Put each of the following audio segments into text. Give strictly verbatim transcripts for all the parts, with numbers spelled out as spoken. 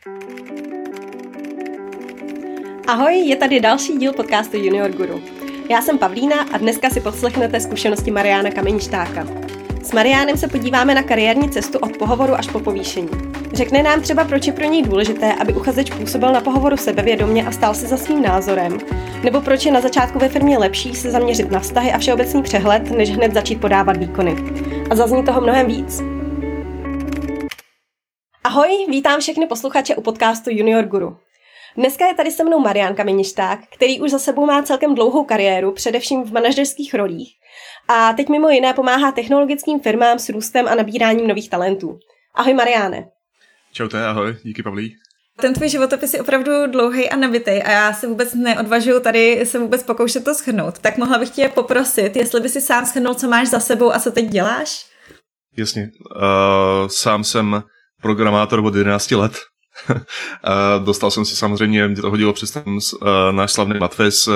Ahoj, je tady další díl podcastu Junior Guru. Já jsem Pavlína a dneska si poslechnete zkušenosti Mariána Kameništáka. S Mariánem se podíváme na kariérní cestu od pohovoru až po povýšení. Řekne nám třeba, proč je pro něj důležité, aby uchazeč působil na pohovoru sebevědomě a stál si za svým názorem, nebo proč je na začátku ve firmě lepší se zaměřit na vztahy a všeobecný přehled, než hned začít podávat výkony. A zazní toho mnohem víc. Ahoj, vítám všechny posluchače u podcastu Junior Guru. Dneska je tady se mnou Marián Kameništák, který už za sebou má celkem dlouhou kariéru, především v manažerských rolích. A teď mimo jiné pomáhá technologickým firmám s růstem a nabíráním nových talentů. Ahoj Mariáne. Čaute, ahoj, díky Pavlí. Ten tvůj životopis je opravdu dlouhý a nabitej a já se vůbec neodvažuju tady se vůbec pokoušet to shrnout. Tak mohla bych tě poprosit, jestli by si sám shrnul, co máš za sebou a co teď děláš? Jasně, uh, sám jsem programátor od jedenácti let. Dostal jsem se samozřejmě, mě to hodilo přes ten uh, náš slavný Matfis uh,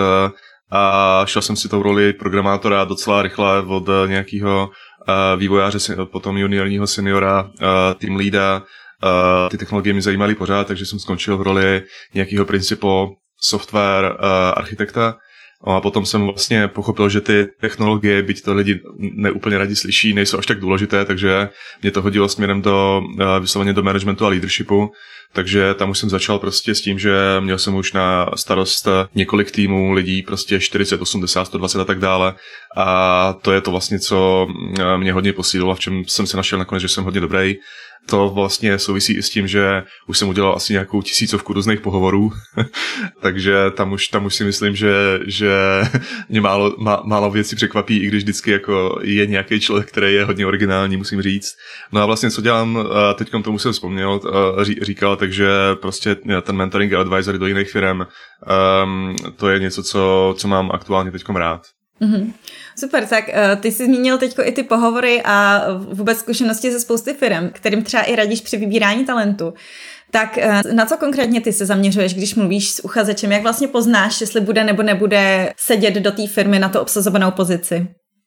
a šel jsem si tou roli programátora docela rychle od uh, nějakého uh, vývojáře, potom juniorního seniora, uh, team leada. Uh, ty technologie mě zajímaly pořád, takže jsem skončil v roli nějakého principu software uh, architekta. A potom jsem vlastně pochopil, že ty technologie, byť to lidi neúplně rádi slyší, nejsou až tak důležité, takže mě to hodilo směrem do vysloveně do managementu a leadershipu. Takže tam už jsem začal prostě s tím, že měl jsem už na starost několik týmů lidí, prostě čtyřicet, osmdesát, sto dvacet a tak dále. A to je to vlastně, co mě hodně posílilo, v čem jsem se našel nakonec, že jsem hodně dobrý. To vlastně souvisí i s tím, že už jsem udělal asi nějakou tisícovku různých pohovorů, takže tam už, tam už si myslím, že, že mě málo, má, málo věcí překvapí, i když vždycky jako je nějaký člověk, který je hodně originální, musím říct. No a vlastně co dělám, teďkom tomu jsem vzpomněl, ří, říkal, takže prostě ten mentoring a advisory do jiných firm, um, to je něco, co, co mám aktuálně teďkom rád. Mm-hmm. Super, tak uh, ty jsi zmínil teďko i ty pohovory a vůbec zkušenosti ze spousty firm, kterým třeba i radíš při vybírání talentu. Tak uh, na co konkrétně ty se zaměřuješ, když mluvíš s uchazečem? Jak vlastně poznáš, jestli bude nebo nebude sedět do té firmy na to obsazovanou pozici?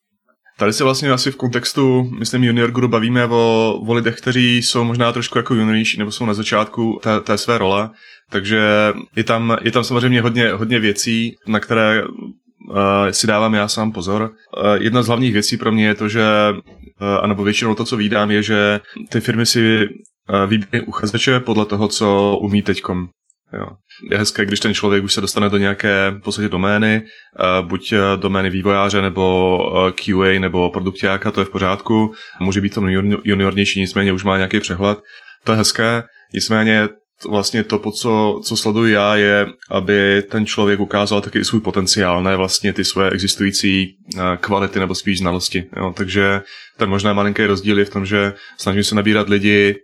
Tady se vlastně asi v kontextu, myslím, Junior Guru bavíme o, o lidech, kteří jsou možná trošku jako juniornější nebo jsou na začátku té, té své role, takže je tam, je tam samozřejmě hodně, hodně věcí, na které Uh, si dávám já sám pozor. Uh, jedna z hlavních věcí pro mě je to, že, uh, anebo většinou to, co vídám, je, že ty firmy si uh, vybírají uchazeče podle toho, co umí teďkom. Jo. Je hezké, když ten člověk už se dostane do nějaké v podstatě domény, uh, buď domény vývojáře, nebo uh, Q A, nebo produkťáka, to je v pořádku. Může být to juniornější, nicméně už má nějaký přehled. To je hezké, nicméně vlastně to, po co, co sleduji já, je, aby ten člověk ukázal taky svůj potenciál, ne vlastně ty svoje existující kvality nebo spíš znalosti. Jo. Takže ten možná malinký rozdíl je v tom, že snažím se nabírat lidi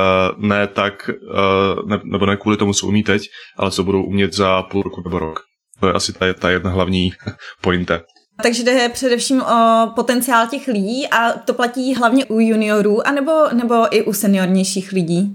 ne tak, ne, nebo ne kvůli tomu, co umí teď, ale co budou umět za půl roku nebo rok. To je asi ta, ta jedna hlavní pointa. Takže jde především o potenciál těch lidí a to platí hlavně u juniorů, anebo, nebo i u seniornějších lidí?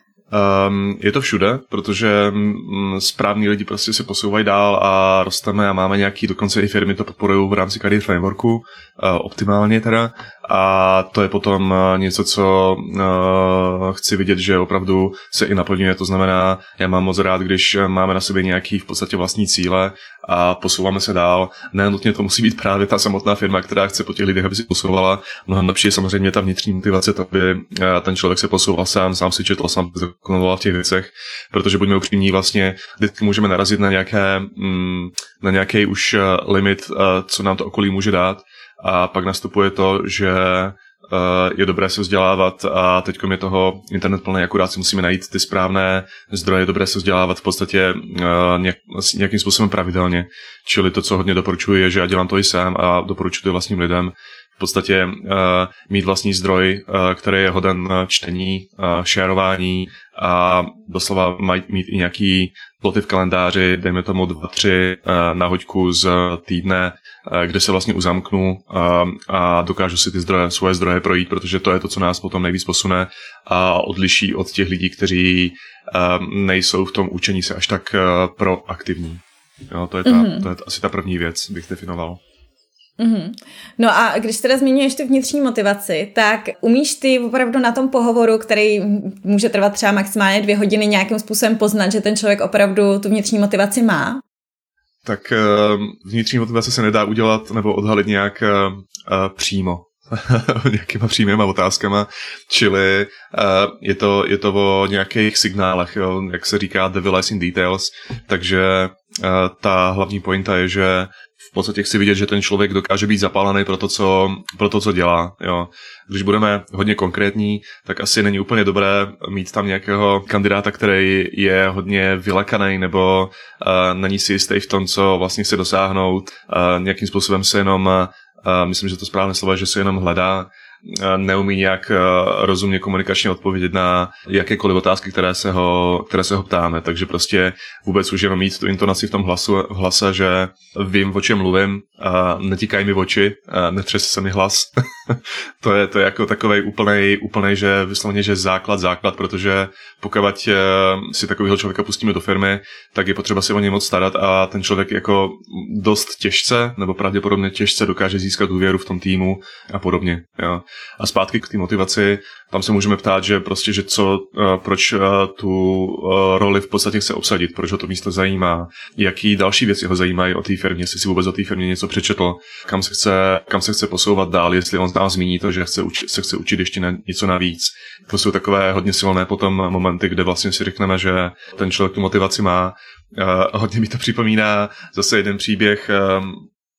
Um, je to všude, protože um, správní lidi prostě se posouvají dál a rosteme a máme nějaký, dokonce i firmy to podporují v rámci Career Frameworku, uh, optimálně teda, a to je potom uh, něco, co uh, chci vidět, že opravdu se i naplňuje, to znamená, já mám moc rád, když máme na sobě nějaký v podstatě vlastní cíle a posouváme se dál. Ne nutně to musí být právě ta samotná firma, která chce po těch lidech, aby si posouvala. Mnohem lepší je samozřejmě ta vnitřní motivace, aby uh, ten člověk se posouval sám, sám si četl, sám dokonoval v těch věcech, protože buďme upřímní, vlastně vždycky můžeme narazit na nějaké, mm, na nějaký už uh, limit, uh, co nám to okolí může dát, a pak nastupuje to, že je dobré se vzdělávat a teďkom je toho internet plný, akurát si musíme najít ty správné zdroje, dobré se vzdělávat v podstatě nějak, nějakým způsobem pravidelně. Čili to, co hodně doporučuji, je, že já dělám to i sám a doporučuji to vlastním lidem. V podstatě uh, mít vlastní zdroj, uh, který je hoden čtení, uh, šerování a doslova mít i nějaký ploty v kalendáři, dejme tomu dva, tři uh, na hoďku z týdne, uh, kde se vlastně uzamknu uh, a dokážu si ty zdroje, svoje zdroje projít, protože to je to, co nás potom nejvíc posune a odliší od těch lidí, kteří uh, nejsou v tom učení se až tak uh, proaktivní. Jo, to je, ta, mm-hmm. to je asi ta první věc, bych definoval. Mm-hmm. No a když teda zmiňuješ tu vnitřní motivaci, tak umíš ty opravdu na tom pohovoru, který může trvat třeba maximálně dvě hodiny, nějakým způsobem poznat, že ten člověk opravdu tu vnitřní motivaci má? Tak vnitřní motivace se nedá udělat nebo odhalit nějak přímo. nějakýma přímýma otázkama, čili uh, je, to, je to o nějakých signálech, jo? Jak se říká devil lies in details, takže uh, ta hlavní pointa je, že v podstatě chci vidět, že ten člověk dokáže být zapálený pro to, co, pro to, co dělá. Jo? Když budeme hodně konkrétní, tak asi není úplně dobré mít tam nějakého kandidáta, který je hodně vylekaný nebo uh, není si jistý v tom, co vlastně chce dosáhnout, uh, nějakým způsobem se jenom uh, Uh, myslím, že to správné slovo je, že se jenom hledá, uh, neumí nějak uh, rozumně komunikačně odpovědět na jakékoliv otázky, které se ho, které se ho ptáme. Takže prostě vůbec už jenom mít tu intonaci v tom hlasu, v hlase, že vím, o čem mluvím, uh, netíkají mi oči, uh, netřese se mi hlas. to, je, to je jako takovej úplnej, úplnej, že vyslovně, že základ, základ, protože pokud uh, si takového člověka pustíme do firmy, tak je potřeba si o něj moc starat a ten člověk jako dost těžce, nebo pravděpodobně těžce dokáže získat důvěru v tom týmu a podobně. Jo. A zpátky k té motivaci, tam se můžeme ptát, že prostě, že co, uh, proč uh, tu uh, roli v podstatě chce obsadit, proč ho to místo zajímá, jaký další věci ho zajímají o té firmě, jestli si vůbec o té firmě něco přečetl, kam se chce, kam se chce posouvat dál, jestli on nám zmíní to, že chce uči, se chce učit ještě na, něco navíc. To jsou takové hodně silné potom momenty, kde vlastně si řekneme, že ten člověk tu motivaci má. Uh, hodně mi to připomíná zase jeden příběh um,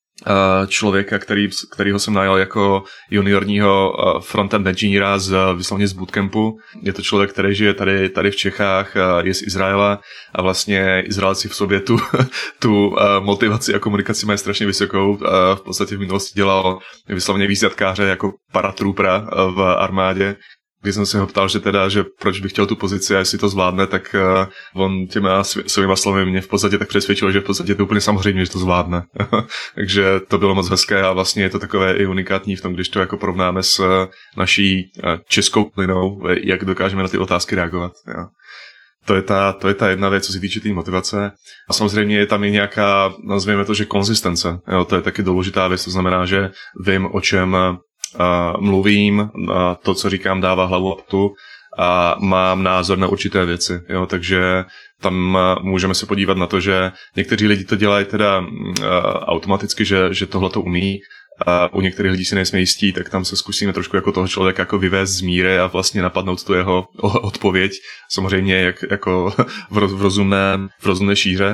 člověka, který, kterýho jsem najal jako juniorního frontend engineera z, vyslovně z bootcampu. Je to člověk, který žije tady, tady v Čechách, je z Izraela a vlastně Izraelci v sobě tu, tu motivaci a komunikaci mají strašně vysokou. V podstatě v minulosti dělal vyslovně výsadkáře jako paratroopera v armádě. Když jsem se ho ptal, že teda, že proč bych chtěl tu pozici a jestli to zvládne, tak uh, on těma svýma slovy mě v podstatě tak přesvědčil, že v podstatě to úplně samozřejmě, že to zvládne. Takže to bylo moc hezké a vlastně je to takové i unikátní v tom, když to jako porovnáme s uh, naší uh, českou plynou, jak dokážeme na ty otázky reagovat. Jo. To je, ta, to je ta jedna věc, co se týče té motivace. A samozřejmě je tam i nějaká, nazvěme to, že konzistence. Jo, to je taky důležitá věc, to znamená, že vím, o čem Uh, mluvím, uh, to, co říkám, dává hlavu a patu a mám názor na určité věci, jo, takže tam uh, můžeme se podívat na to, že někteří lidi to dělají teda uh, automaticky, že, že tohle to umí, a u některých lidí si nejsme jistí, tak tam se zkusíme trošku jako toho člověka jako vyvést z míry a vlastně napadnout tu jeho odpověď, samozřejmě jak, jako v, roz, v, rozumné, v rozumné šíře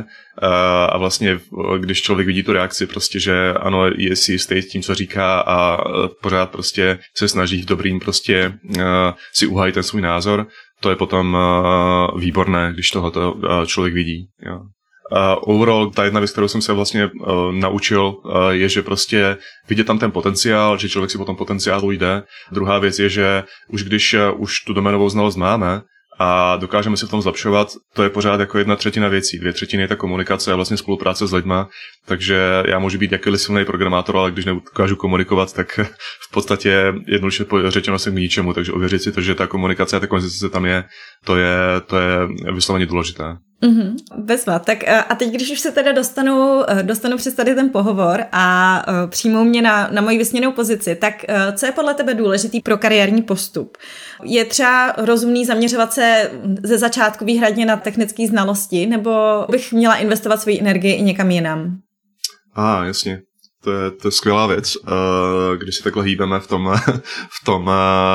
a vlastně když člověk vidí tu reakci prostě, že ano, je si jistý tím, co říká a pořád prostě se snaží v dobrým prostě si uhájit ten svůj názor, to je potom výborné, když tohoto člověk vidí, jo. Uh, overall, ta jedna věc, kterou jsem se vlastně uh, naučil, uh, je, že prostě vidět tam ten potenciál, že člověk si po tom potenciálu jde. Druhá věc je, že už když uh, už tu doménovou znalost máme a dokážeme se v tom zlepšovat, to je pořád jako jedna třetina věcí. Dvě třetiny je ta komunikace a vlastně spolupráce s lidma, takže já můžu být jakýkoliv silný programátor, ale když nedokážu komunikovat, tak v podstatě jednoduše řečeno jsem k ničemu, takže ověřit si to, že ta komunikace a ta konzistence tam je, to je, to je vysloveně důležité. Mm-hmm. Bezva. Tak a teď, když už se teda dostanu, dostanu přes tady ten pohovor a přijmou mě na, na moji vysněnou pozici, tak co je podle tebe důležitý pro kariérní postup? Je třeba rozumný zaměřovat se ze začátku výhradně na technické znalosti, nebo bych měla investovat svoji energii i někam jinam? A, ah, jasně. To je, to je skvělá věc, když si takhle hýbeme v tom, v tom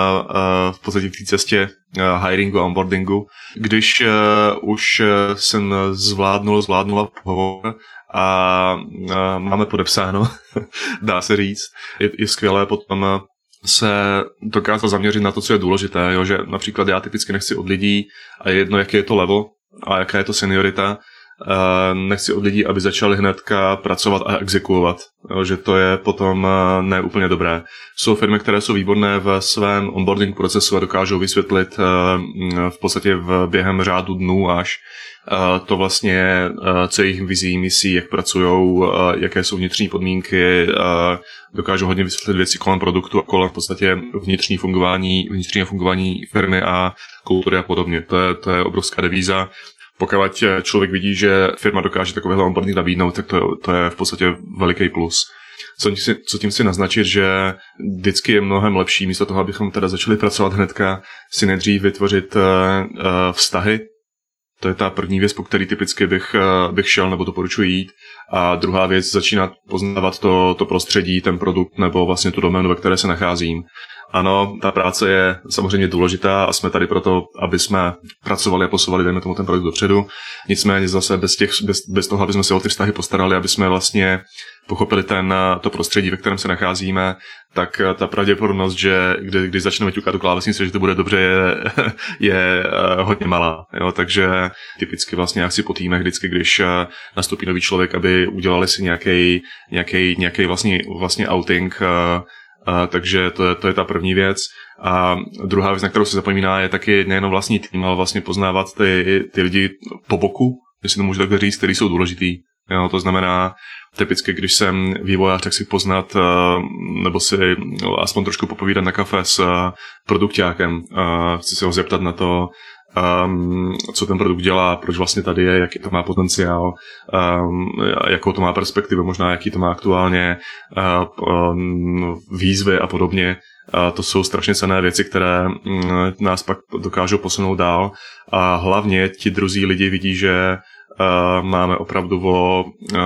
v podstatě v té cestě hiringu a onboardingu. Když už jsem zvládnul, zvládnula pohovor a máme podepsáno, dá se říct, je, je skvělé potom se dokázat zaměřit na to, co je důležité, jo? Že například já typicky nechci od lidí a je jedno, jaké je to level a jaká je to seniorita, Uh, nechci od lidí, aby začali hnedka pracovat a exekuovat, jo, že to je potom uh, ne úplně dobré. Jsou firmy, které jsou výborné v svém onboarding procesu a dokážou vysvětlit uh, v podstatě v během řádu dnů až uh, to vlastně, uh, co je jejich vizí, misí, jak pracujou, uh, jaké jsou vnitřní podmínky, uh, dokážou hodně vysvětlit věci kolem produktu a kolem v podstatě vnitřní fungování, vnitřního fungování firmy a kultury a podobně. To je, to je obrovská devíza. Pokud člověk vidí, že firma dokáže takovéhle onboarding nabídnout, tak to, to je v podstatě veliký plus. co, co tím chci naznačit, že vždycky je mnohem lepší, místo toho, abychom teda začali pracovat hnedka, si nejdřív vytvořit uh, uh, vztahy. To je ta první věc, po který typicky bych, uh, bych šel nebo doporučuji jít. A druhá věc, začínat poznávat to, to prostředí, ten produkt nebo vlastně tu doménu, ve které se nacházím. Ano, ta práce je samozřejmě důležitá a jsme tady proto, aby jsme pracovali a posouvali, dejme tomu, ten produkt dopředu. Nicméně zase bez, těch, bez, bez toho, aby jsme se o ty vztahy postarali, aby jsme vlastně pochopili ten, to prostředí, ve kterém se nacházíme, tak ta pravděpodobnost, že kdy, když začneme ťukat tu klávesnici, že to bude dobře, je, je hodně malá. Jo? Takže typicky vlastně já chci po týmech vždycky, když nastoupí nový člověk, aby udělali si nějaký, nějaký, nějaký vlastně, vlastně outing. Uh, takže to je, to je ta první věc. A druhá věc, na kterou se zapomíná, je taky nejenom vlastní tým, ale vlastně poznávat ty, ty lidi po boku, jestli to můžu takhle říct, kteří jsou důležitý. Jo, to znamená, typicky, když jsem vývojář, tak si poznat uh, nebo si no, aspoň trošku popovídat na kafe s uh, produkťákem. Uh, chci se ho zeptat na to, Um, co ten produkt dělá, proč vlastně tady je, jaký to má potenciál, um, jakou to má perspektivu, možná jaký to má aktuálně uh, um, výzvy a podobně. Uh, to jsou strašně cenné věci, které um, nás pak dokážou posunout dál a hlavně ti druzí lidi vidí, že uh, máme opravdu o,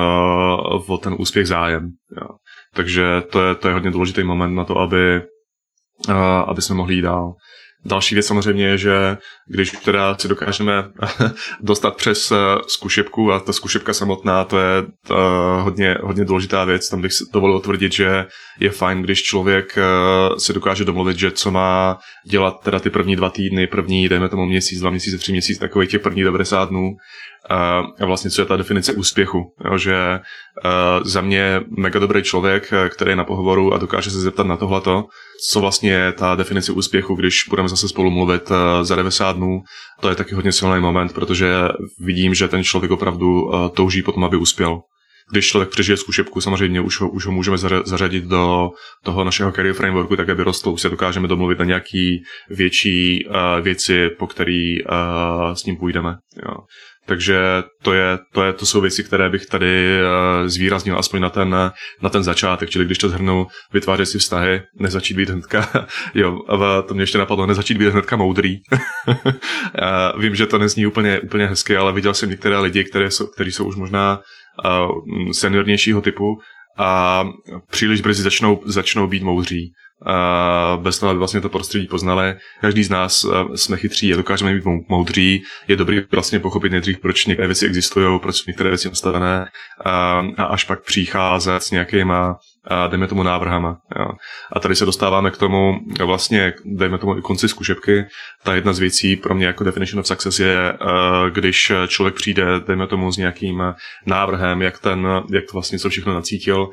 uh, o ten úspěch zájem. Jo. Takže to je, to je hodně důležitý moment na to, aby, uh, aby jsme mohli jít dál. Další věc samozřejmě je, že když teda si dokážeme dostat přes zkušebku a ta zkušebka samotná, to je uh, hodně, hodně důležitá věc, tam bych si dovolil tvrdit, že je fajn, když člověk uh, si dokáže domluvit, že co má dělat teda ty první dva týdny, první, dejme tomu měsíc, dva měsíce, tři měsíce, takových těch prvních devadesát dnů. A vlastně co je ta definice úspěchu, jo, že uh, za mě mega dobrý člověk, který je na pohovoru a dokáže se zeptat na tohleto, co vlastně je ta definice úspěchu, když budeme zase spolu mluvit uh, za devadesát dnů, to je taky hodně silný moment, protože vidím, že ten člověk opravdu uh, touží potom, aby uspěl. Když člověk přežije zkušebku, samozřejmě už ho, už ho můžeme zařadit do toho našeho career frameworku, tak aby rostl, už se dokážeme domluvit na nějaký větší uh, věci, po který uh, s ním půjdeme. Jo. Takže to, je, to, je, to jsou věci, které bych tady uh, zvýraznil aspoň na ten, na ten začátek, čili když to shrnu, vytvářet si vztahy, nezačít být hnedka, jo, to mě ještě napadlo, nezačít být hnedka moudrý. uh, vím, že to nezní úplně, úplně hezky, ale viděl jsem některé lidi, které jsou, kteří jsou už možná uh, seniornějšího typu a příliš brzy začnou, začnou být moudří. Uh, bez toho, aby vlastně to prostředí poznali. Každý z nás uh, jsme chytří a dokážeme být moudří. Je dobrý vlastně pochopit nejdřív, proč některé věci existují, proč jsou některé věci nastavené uh, a až pak přicházet s nějakýma, uh, dejme tomu, návrhama. Jo. A tady se dostáváme k tomu vlastně, dejme tomu i konci zkušebky. Ta jedna z věcí pro mě jako definition of success je, uh, když člověk přijde, dejme tomu, s nějakým návrhem, jak ten, jak to vlastně co všechno nacítil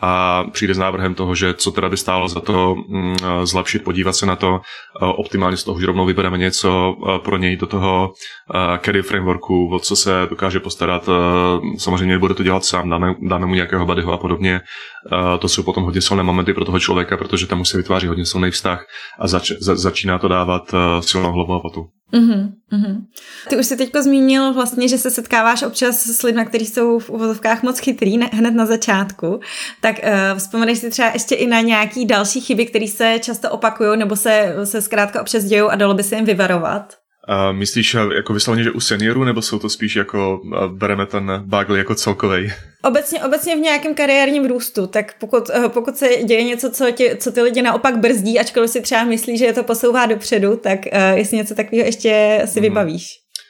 a přijde s návrhem toho, že co teda by stálo za to mm, zlepšit, podívat se na to, optimálně z toho, že rovnou vybereme něco pro něj do toho uh, career frameworku, o co se dokáže postarat. Uh, samozřejmě bude to dělat sám, dáme, dáme mu nějakého buddyho a podobně. Uh, to jsou potom hodně silné momenty pro toho člověka, protože tam musí vytvářet hodně silný vztah a zač, za, začíná to dávat uh, silnou hlavu a patu. Mm-hmm, mm-hmm. Ty už si teďko zmínil vlastně, že se setkáváš občas s lidmi, kteří jsou v uvozovkách moc chytrý ne, hned na začátku. Tak uh, vzpomeneš si třeba ještě i na nějaký další chyby, které se často opakují nebo se, se zkrátka občas dějou a dalo by se jim vyvarovat? Uh, myslíš jako vysloveně, že u seniorů, nebo jsou to spíš jako, uh, bereme ten bagel jako celkovej? Obecně, obecně v nějakém kariérním růstu, tak pokud, pokud se děje něco, co, tě, co ty lidi naopak brzdí, ačkoliv si třeba myslí, že je to posouvá dopředu, tak uh, jestli něco takového ještě si mm. vybavíš.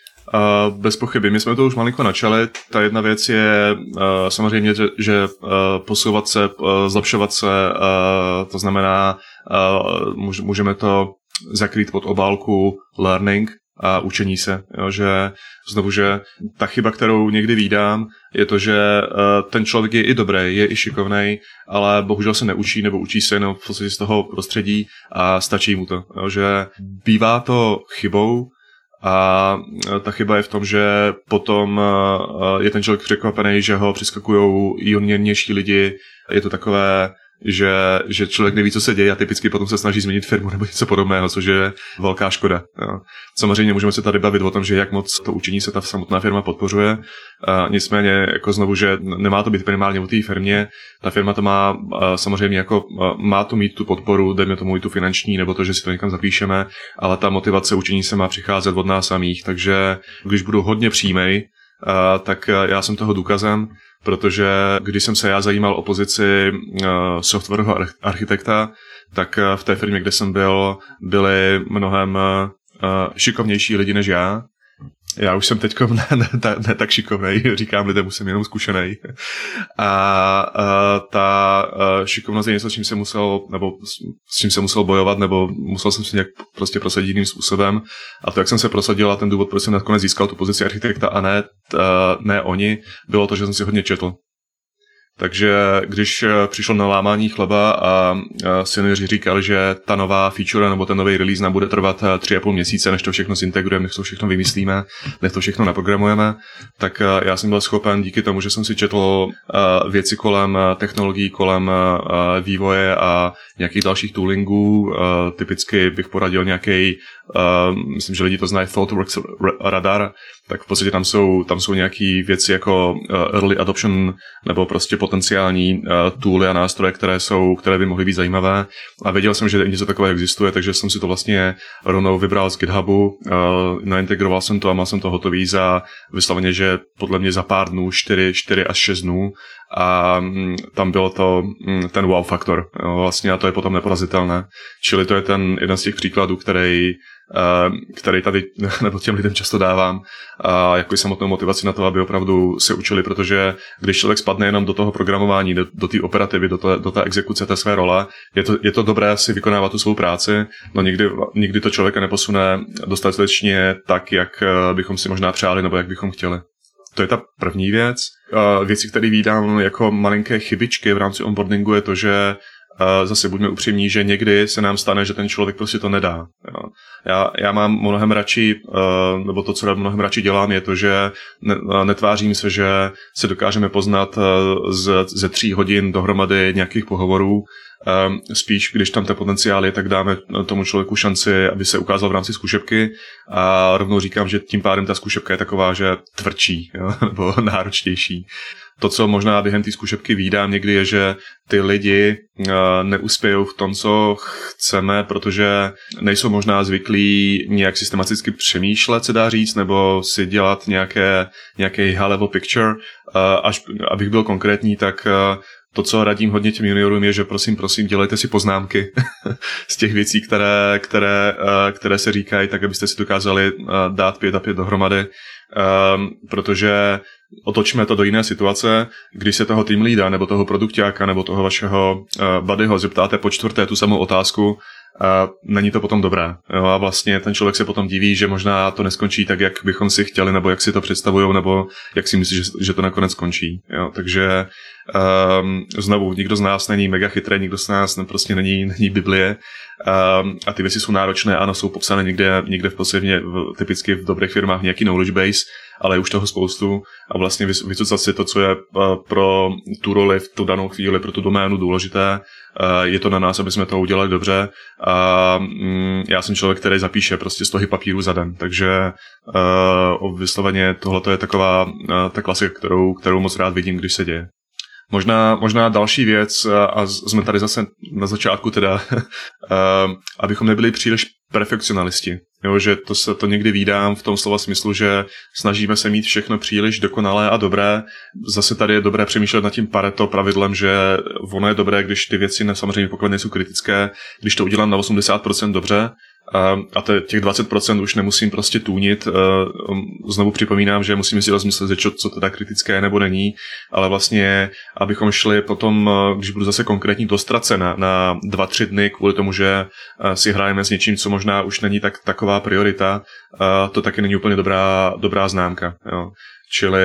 Uh, bez pochyby. My jsme to už malinko načali. Ta jedna věc je uh, samozřejmě, že, že uh, posouvat se, uh, zlepšovat se, uh, to znamená, uh, můžeme to zakrýt pod obálku learning a učení se. Jo, že znovu, že ta chyba, kterou někdy vídám, je to, že uh, ten člověk je i dobrý, je i šikovnej, ale bohužel se neučí nebo učí se jenom v podstatě z toho prostředí a stačí mu to. Jo, že bývá to chybou a ta chyba je v tom, že potom uh, je ten člověk překvapený, že ho přeskakujou juniornější lidi. Je to takové že, že člověk neví, co se děje a typicky potom se snaží změnit firmu nebo něco podobného, což je velká škoda. Jo. Samozřejmě můžeme se tady bavit o tom, že jak moc to učení se ta samotná firma podpořuje. A nicméně jako znovu, že nemá to být primárně o té firmě. Ta firma to má samozřejmě jako má to mít tu podporu, dejme tomu i tu finanční, nebo to, že si to někam zapíšeme, ale ta motivace učení se má přicházet od nás samých, takže když budu hodně přímej, tak já jsem toho důkazem, protože když jsem se já zajímal o pozici softwarového architekta, tak v té firmě, kde jsem byl, byli mnohem šikovnější lidi než já. Já už jsem teď ne, ne, ne tak šikovnej, říkám lidem, už jsem jenom zkušenej. A, a ta a šikovnost je něco, s čím jsem musel, nebo s čím jsem musel bojovat, nebo musel jsem se nějak prostě prosadit jiným způsobem. A to, jak jsem se prosadil a ten důvod, proč jsem nakonec získal tu pozici architekta a ne, a ne oni, bylo to, že jsem si hodně četl. Takže když přišlo na lámání chleba a seniori říkali, že ta nová feature nebo ten nový release nám bude trvat tři a půl měsíce, než to všechno zintegrujeme, než to všechno vymyslíme, než to všechno naprogramujeme, tak já jsem byl schopen díky tomu, že jsem si četl věci kolem technologií, kolem vývoje a nějakých dalších toolingů. Typicky bych poradil nějaký, myslím, že lidi to znají, ThoughtWorks radar, tak v podstatě tam jsou, tam jsou nějaké věci jako early adoption nebo prostě potenciální uh, tooly a nástroje, které jsou, které by mohly být zajímavé. A věděl jsem, že něco takového existuje, takže jsem si to vlastně rovnou vybral z GitHubu, uh, naintegroval jsem to a mal jsem to hotový za vysloveně, že podle mě za pár dnů, čtyři až šest dnů. A um, tam bylo to um, ten wow faktor. Jo, vlastně a to je potom neporazitelné. Čili to je ten jeden z těch příkladů, který Uh, který tady nebo těm lidem často dávám a uh, jako i samotnou motivaci na to, aby opravdu se učili, protože když člověk spadne jenom do toho programování, do, do té operativy, do, to, do té exekuce té své role, je to, je to dobré si vykonávat tu svou práci, no nikdy, nikdy to člověka neposune dostatečně tak, jak uh, bychom si možná přáli nebo jak bychom chtěli. To je ta první věc. Uh, věci, které vídám jako malinké chybičky v rámci onboardingu, je to, že Uh, zase buďme upřímní, že někdy se nám stane, že ten člověk prostě to nedá. Jo. Já, já mám mnohem radši, uh, nebo to, co mnohem radši dělám, je to, že ne, netvářím se, že se dokážeme poznat uh, z, ze tří hodin dohromady nějakých pohovorů. Um, spíš, když tam ten potenciál je, tak dáme tomu člověku šanci, aby se ukázal v rámci zkušebky a rovnou říkám, že tím pádem ta zkušebka je taková, že tvrdší, jo, nebo náročnější. To, co možná během té zkušebky vídám někdy, je, že ty lidi uh, neuspějou v tom, co chceme, protože nejsou možná zvyklí nějak systematicky přemýšlet, se dá říct, nebo si dělat nějaké, nějaký high-level picture. Uh, až, abych byl konkrétní, tak uh, to, co radím hodně těm juniorům, je, že prosím, prosím, dělejte si poznámky z těch věcí, které, které, které se říkají, tak abyste si dokázali dát pět a pět dohromady, protože otočme to do jiné situace, když se toho team leada, nebo toho produkťáka, nebo toho vašeho buddyho zeptáte po čtvrté tu samou otázku, a není to potom dobré. Jo? A vlastně ten člověk se potom diví, že možná to neskončí tak, jak bychom si chtěli, nebo jak si to představujou, nebo jak si myslí, že, že to nakonec skončí. Jo? Takže um, znovu, nikdo z nás není mega chytrý, nikdo z nás ne, prostě není, není Biblie. Um, a ty věci jsou náročné, ano, jsou popsané někde, někde v podstatě v, typicky v dobrých firmách nějaký knowledge base, ale je už toho spoustu a vlastně vycucat si to, co je pro tu roli v tu danou chvíli, pro tu doménu důležité. Je to na nás, aby jsme to udělali dobře. A já jsem člověk, který zapíše prostě stohy papíru za den, takže vysloveně tohle je taková ta klasika, kterou, kterou moc rád vidím, když se děje. Možná, možná další věc, a jsme tady zase na začátku teda, abychom nebyli příliš perfekcionalisti. Jo, že to se to někdy vídám v tom slova smyslu, že snažíme se mít všechno příliš dokonalé a dobré. Zase tady je dobré přemýšlet nad tím Pareto pravidlem, že ono je dobré, když ty věci ne, samozřejmě pokud nejsou kritické, když to udělám na osmdesát procent dobře, a těch dvacet procent už nemusím prostě tůnit. Znovu připomínám, že musíme si rozmyslet, co, co teda kritické nebo není, ale vlastně, abychom šli potom, když budu zase konkrétní, do ztrace na, na dva, tři dny kvůli tomu, že si hrajeme s něčím, co možná už není tak taková priorita, to taky není úplně dobrá, dobrá známka. Jo. Čili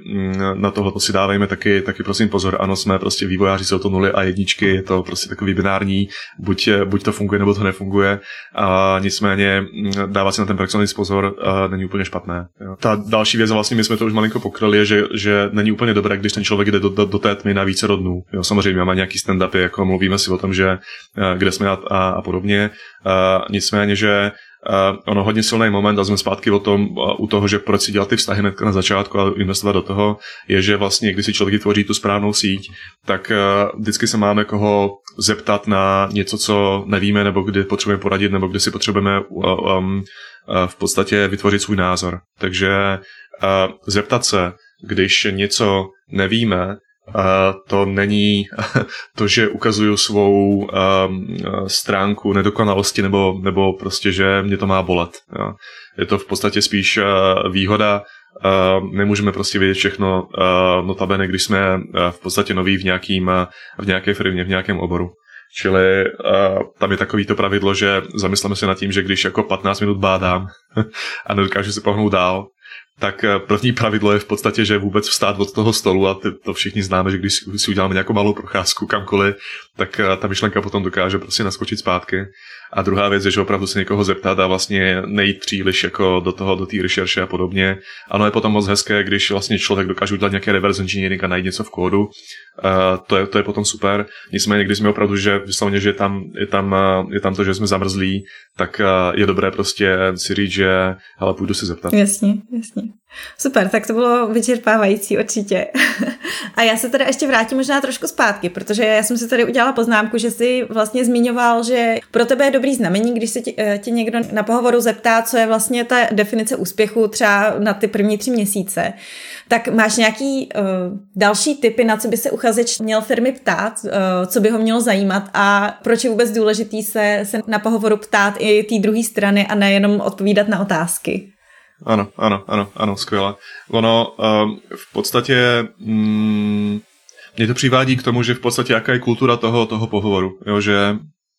na tohle si dávejme taky, taky prosím pozor. Ano, jsme prostě vývojáři, jsou to nuly a jedničky, je to prostě takový binární, buď, buď to funguje, nebo to nefunguje. A nicméně dávat si na ten perfekcionismus pozor není úplně špatné. Jo. Ta další věc, vlastně my jsme to už malinko pokryli, je, že, že není úplně dobré, když ten člověk jde do, do, do té tmy na více dnů. Jo, samozřejmě máme nějaký stand-upy, jako mluvíme si o tom, že kde jsme a, a, a podobně. A nicméně, že Uh, ono hodně silný moment, a jsme zpátky o tom, uh, u toho, že proč si dělat ty vztahy hned na začátku a investovat do toho, je, že vlastně, když si člověk tvoří tu správnou síť, tak uh, vždycky se máme koho zeptat na něco, co nevíme, nebo kdy potřebujeme poradit, nebo kdy si potřebujeme uh, um, uh, v podstatě vytvořit svůj názor. Takže uh, zeptat se, když něco nevíme, Uh, to není to, že ukazuju svou um, stránku nedokonalosti nebo, nebo prostě, že mě to má bolet. Jo. Je to v podstatě spíš uh, výhoda. Uh, nemůžeme prostě vědět všechno, uh, notabene, když jsme uh, v podstatě noví v, nějakým, uh, v nějaké firmě, v nějakém oboru. Čili uh, tam je takový to pravidlo, že zamysleme se nad tím, že když jako patnáct minut bádám a nedokážu se pohnout dál, tak první pravidlo je v podstatě, že vůbec vstát od toho stolu, a to všichni známe, že když si uděláme nějakou malou procházku kamkoliv, tak ta myšlenka potom dokáže prostě naskočit zpátky. A druhá věc je, že opravdu se někoho zeptat a vlastně nejít příliš jako do toho, do té rešerše a podobně. Ano, je potom moc hezké, když vlastně člověk dokáže udělat nějaké reverse engineering a najít něco v kódu. Uh, to, je, to je potom super. Nicméně, když jsme opravdu, že vyslovně, že je tam, je tam, je tam to, že jsme zamrzlí, tak uh, je dobré prostě si říct, že hele, půjdu se zeptat. Jasně, jasně. Super, tak to bylo vyčerpávající určitě. A já se teda ještě vrátím možná trošku zpátky, protože já jsem si tady udělala poznámku, že jsi vlastně zmiňoval, že pro tebe je dobrý znamení, když se tě, tě někdo na pohovoru zeptá, co je vlastně ta definice úspěchu třeba na ty první tři měsíce. Tak máš nějaký uh, další tipy, na co by se uchazeč měl firmy ptát, uh, co by ho mělo zajímat a proč je vůbec důležitý se, se na pohovoru ptát i té druhé strany a nejenom odpovídat na otázky? Ano, ano, ano, ano, skvěle. Ono uh, v podstatě mm, mě to přivádí k tomu, že v podstatě jaká je kultura toho, toho pohovoru, jo, že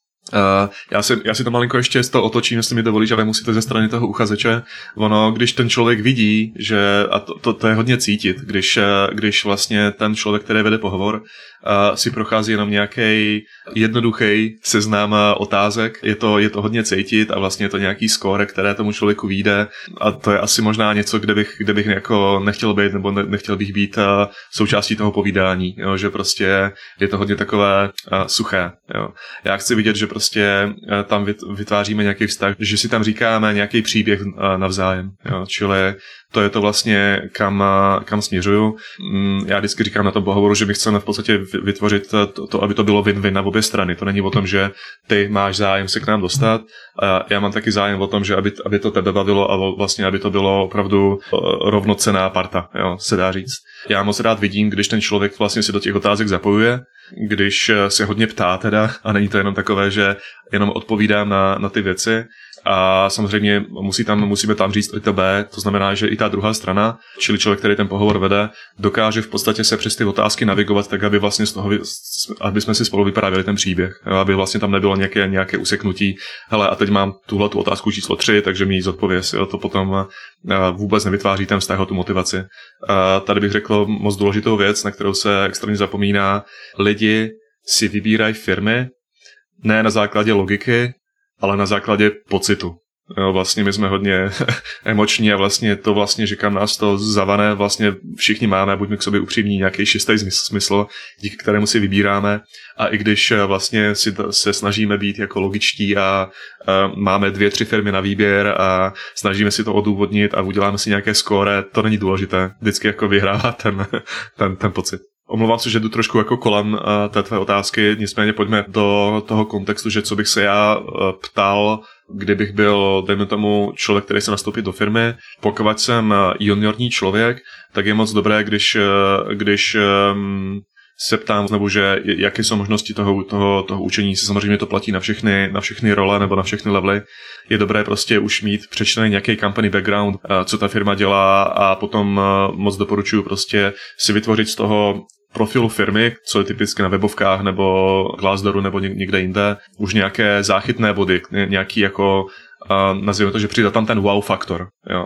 Uh, já, si, já si to malinko ještě z toho otočím, jestli mi dovolíš, ale musíte ze strany toho uchazeče. Ono, když ten člověk vidí, že, a to, to, to je hodně cítit, když, když vlastně ten člověk, který vede pohovor, uh, si prochází jenom nějaký jednoduchý seznam otázek, je to, je to hodně cítit a vlastně je to nějaký skóre, které tomu člověku vyjde, a to je asi možná něco, kde bych, kde bych jako nechtěl být, nebo ne, nechtěl bych být uh, součástí toho povídání, jo, že prostě je to hodně takové uh, suché. Jo. Já chci vidět, že prostě tam vytváříme nějaký vztah, že si tam říkáme nějaký příběh navzájem. Jo. Čili to je to vlastně, kam, kam směřuju. Já vždycky říkám na tom pohovoru, že my chceme v podstatě vytvořit to, to, aby to bylo win-win na obě strany. To není o tom, že ty máš zájem se k nám dostat. A já mám taky zájem o tom, že aby, aby to tebe bavilo a vlastně, aby to bylo opravdu rovnocenná parta, jo, se dá říct. Já moc rád vidím, když ten člověk vlastně si do těch otázek zapojuje, když se hodně ptá teda, a není to jenom takové, že jenom odpovídám na, na ty věci. A samozřejmě musí tam, musíme tam říct i to B, to znamená, že i ta druhá strana, čili člověk, který ten pohovor vede, dokáže v podstatě se přes ty otázky navigovat tak, aby vlastně z toho, aby jsme si spolu vyprávěli ten příběh, aby vlastně tam nebylo nějaké, nějaké useknutí. Hele, a teď mám tuhle tu otázku číslo tři, takže mi ji zodpověz, jo, to potom vůbec nevytváří ten vztah o tu motivaci. A tady bych řekl moc důležitou věc, na kterou se extrémně zapomíná. Lidi si vybírají firmy ne na základě logiky, ale na základě pocitu. Jo, vlastně my jsme hodně emoční a vlastně to vlastně, že kam nás to zavané, vlastně všichni máme, buďme k sobě upřímní, nějaký šestý smysl, díky kterému si vybíráme, a i když vlastně si to, se snažíme být jako logičtí a, a máme dvě, tři firmy na výběr a snažíme si to odůvodnit a uděláme si nějaké skóre, to není důležité. Vždycky jako vyhrává ten, ten, ten pocit. Omlouvám se, že jdu trošku jako kolem uh, té tvé otázky, nicméně pojďme do toho kontextu, že co bych se já uh, ptal, kdybych byl, dejme tomu, člověk, který se nastoupí do firmy. Pokud jsem juniorní člověk, tak je moc dobré, když, uh, když um, se ptám znovu, že jaké jsou možnosti toho, toho, toho učení. Samozřejmě to platí na všechny, na všechny role nebo na všechny levely. Je dobré prostě už mít přečtený nějaký company background, co ta firma dělá, a potom moc doporučuji prostě si vytvořit z toho profilu firmy, co je typicky na webovkách nebo Glassdooru nebo někde jinde, už nějaké záchytné body, nějaký jako, nazvěme to, že přijde tam ten wow faktor, jo.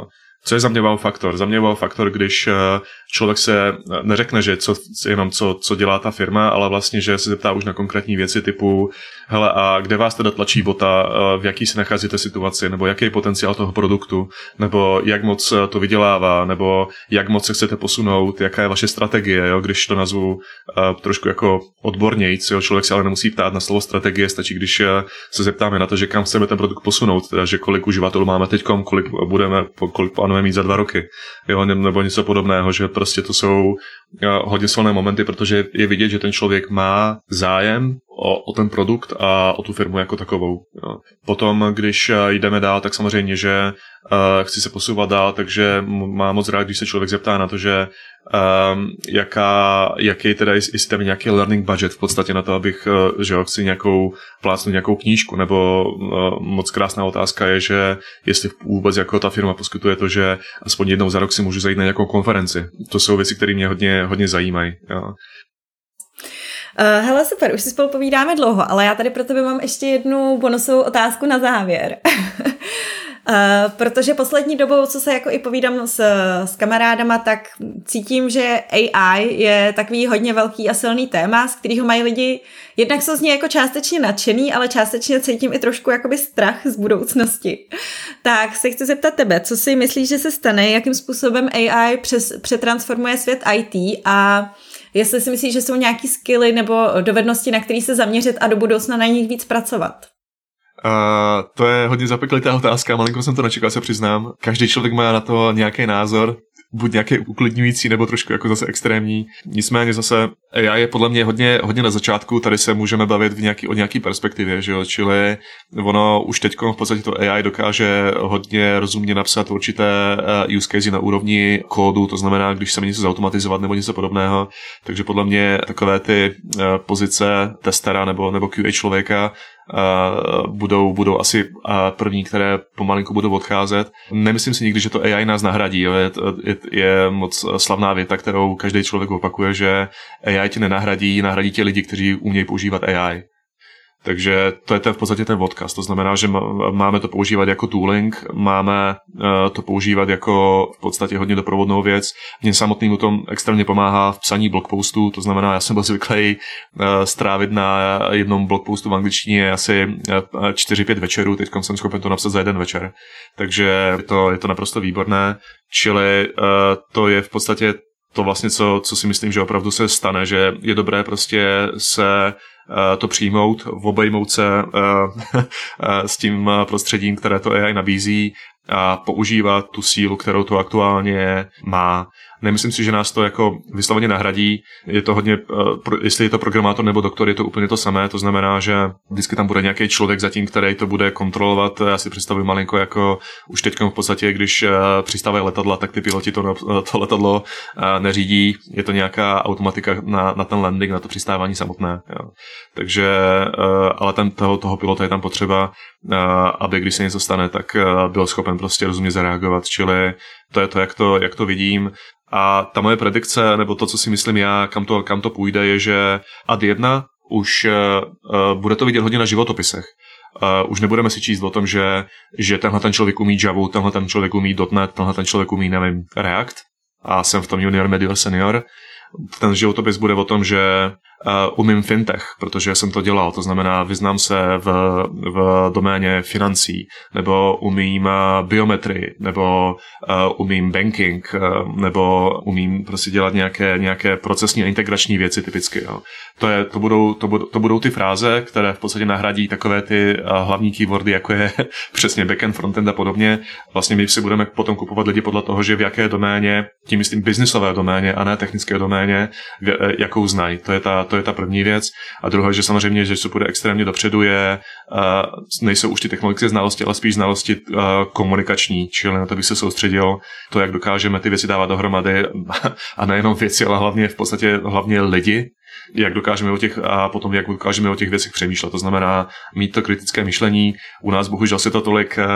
Co je za mě wow faktor? Za mě wow faktor, když člověk se neřekne, že co, jenom co, co dělá ta firma, ale vlastně, že se zeptá už na konkrétní věci typu hele, a kde vás teda tlačí bota, v jaký se nacházíte situaci, nebo jaký je potenciál toho produktu, nebo jak moc to vydělává, nebo jak moc se chcete posunout, jaká je vaše strategie, jo? Když to nazvu uh, trošku jako odbornějc, jo? Člověk se ale nemusí ptát na slovo strategie, stačí, když uh, se zeptáme na to, že kam chceme ten produkt posunout, teda, že kolik uživatelů máme teďkom, kolik budeme, kolik plánujeme mít za dva roky, jo? Nebo něco podobného, že prostě to jsou uh, hodně silné momenty, protože je vidět, že ten člověk má zájem O, o ten produkt a o tu firmu jako takovou. Jo. Potom, když jdeme dál, tak samozřejmě, že uh, chci se posouvat dál, takže mám moc rád, když se člověk zeptá na to, že um, jaká, jaký teda, jestli tam je nějaký learning budget v podstatě na to, abych, uh, že jo, chci nějakou plácnout nějakou knížku, nebo uh, moc krásná otázka je, že jestli vůbec jako ta firma poskytuje to, že aspoň jednou za rok si můžu zajít na nějakou konferenci. To jsou věci, které mě hodně, hodně zajímají. Jo. Uh, hele, super, už si spolu povídáme dlouho, ale já tady pro tebe mám ještě jednu bonusovou otázku na závěr. uh, protože poslední dobou, co se jako i povídám s, s kamarádama, tak cítím, že A I je takový hodně velký a silný téma, z kterého mají lidi, jednak jsou z něj jako částečně nadšený, ale částečně cítím i trošku jakoby strach z budoucnosti. Tak se chci zeptat tebe, co si myslíš, že se stane, jakým způsobem A I přes, přetransformuje svět I T a jestli si myslíš, že jsou nějaký skilly nebo dovednosti, na který se zaměřit a do budoucna na nich víc pracovat? Uh, to je hodně zapeklitá otázka, malinko jsem to nečekal, se přiznám. Každý člověk má na to nějaký názor, buď nějaký uklidňující, nebo trošku jako zase extrémní. Nicméně zase A I je podle mě hodně, hodně na začátku, tady se můžeme bavit v nějaký, o nějaký perspektivě, že jo? Čili ono už teď v podstatě to A I dokáže hodně rozumně napsat určité use case na úrovni kódu, to znamená, když se něco zautomatizovat nebo něco podobného, takže podle mě takové ty pozice testera nebo, nebo Q A člověka Uh, budou, budou asi uh, první, které pomalinku budou odcházet. Nemyslím si nikdy, že to A I nás nahradí. Jo. Je, je, je moc slavná věta, kterou každý člověk opakuje, že A I tě nenahradí, nahradí tě lidi, kteří umějí používat A I. Takže to je ten, v podstatě ten odkaz. To znamená, že máme to používat jako tooling, máme to používat jako v podstatě hodně doprovodnou věc. Mně samotným tom extrémně pomáhá v psaní blogpostů, to znamená, já jsem byl zvyklý strávit na jednom blogpostu v angličtině asi čtyři pět večerů, teď jsem schopen to napsat za jeden večer. Takže je to, je to naprosto výborné. Čili to je v podstatě to vlastně, co, co si myslím, že opravdu se stane, že je dobré prostě se to přijmout, obejmout se s tím prostředím, které to A I nabízí a používat tu sílu, kterou to aktuálně má. Nemyslím si, že nás to jako vysloveně nahradí. Je to hodně, jestli je to programátor nebo doktor, je to úplně to samé. To znamená, že vždycky tam bude nějaký člověk zatím, který to bude kontrolovat. Já si představuji malinko jako už teď v podstatě, když přistávají letadla, tak ty piloti to, to letadlo neřídí. Je to nějaká automatika na, na ten landing, na to přistávání samotné. Jo. Takže, ale ten, toho, toho pilota je tam potřeba, aby když se něco stane, tak byl schopen prostě rozumně zareagovat. Čili to je to, jak to, jak to vidím. A ta moje predikce, nebo to, co si myslím já, kam to, kam to půjde, je, že ad jedna už uh, bude to vidět hodně na životopisech. Uh, už nebudeme si číst o tom, že, že tenhle ten člověk umí Javu, tenhle ten člověk umí .dot net, tenhle ten člověk umí, nevím, React a jsem v tom junior, medior, senior. Ten životopis bude o tom, že uh, umím fintech, protože jsem to dělal, to znamená vyznám se v, v doméně financí, nebo umím uh, biometrii, nebo uh, umím banking, uh, nebo umím prostě dělat nějaké, nějaké procesní a integrační věci typicky. Jo. To, je, to, budou, to, budou, to budou ty fráze, které v podstatě nahradí takové ty uh, hlavní keywordy, jako je přesně backend, frontend a podobně. Vlastně my si budeme potom kupovat lidi podle toho, že v jaké doméně, tím myslím businessové doméně a ne technické doméně, v, jakou znají. To je ta, to je ta první věc. A druhá, že samozřejmě, že co půjde extrémně dopředu, je, uh, nejsou už ty technologické znalosti, ale spíš znalosti uh, komunikační, čili na to bych se soustředil, to, jak dokážeme ty věci dávat dohromady a nejenom věci, ale hlavně v podstatě hlavně lidi, jak dokážeme o těch a potom jak dokážeme o těch věcech přemýšlet. To znamená mít to kritické myšlení. U nás bohužel se to tolik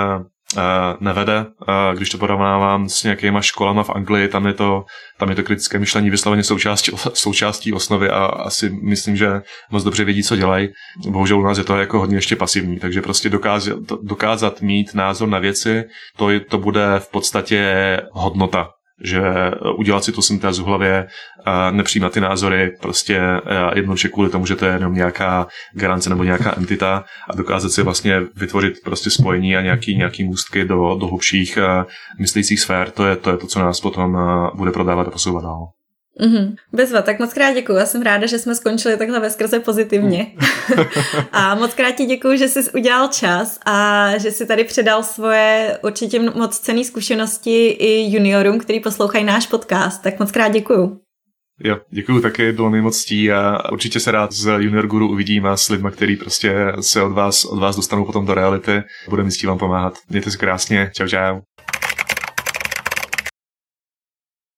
nevede. Když to porovnávám s nějakýma školama v Anglii, tam je to, tam je to kritické myšlení vysloveně součástí, součástí osnovy a asi myslím, že moc dobře vědí, co dělají. Bohužel u nás je to jako hodně ještě pasivní, takže prostě dokázat, dokázat mít názor na věci, to, je, to bude v podstatě hodnota. Že udělat si tu syntézu v hlavě, nepřijímat ty názory prostě jednoduše kvůli tomu, že to je jenom nějaká garance nebo nějaká entita a dokázat si vlastně vytvořit prostě spojení a nějaký, nějaký můstky do, do hlubších myslících sfér, to je, to je to, co nás potom bude prodávat a posouvat dál. Mm-hmm. Bezva, tak moc krát děkuju. Já jsem ráda, že jsme skončili takhle veskrze pozitivně. A moc krát ti děkuju, že jsi udělal čas a že jsi tady předal svoje určitě moc cenné zkušenosti i juniorům, který poslouchají náš podcast. Tak moc krát děkuju. Jo, děkuju taky, bylo mi moc ctí a určitě se rád z Junior Guru uvidím a s lidma, který prostě se od vás, od vás dostanou potom do reality. Bude mi ctí vám pomáhat. Mějte se krásně. Čau, čau.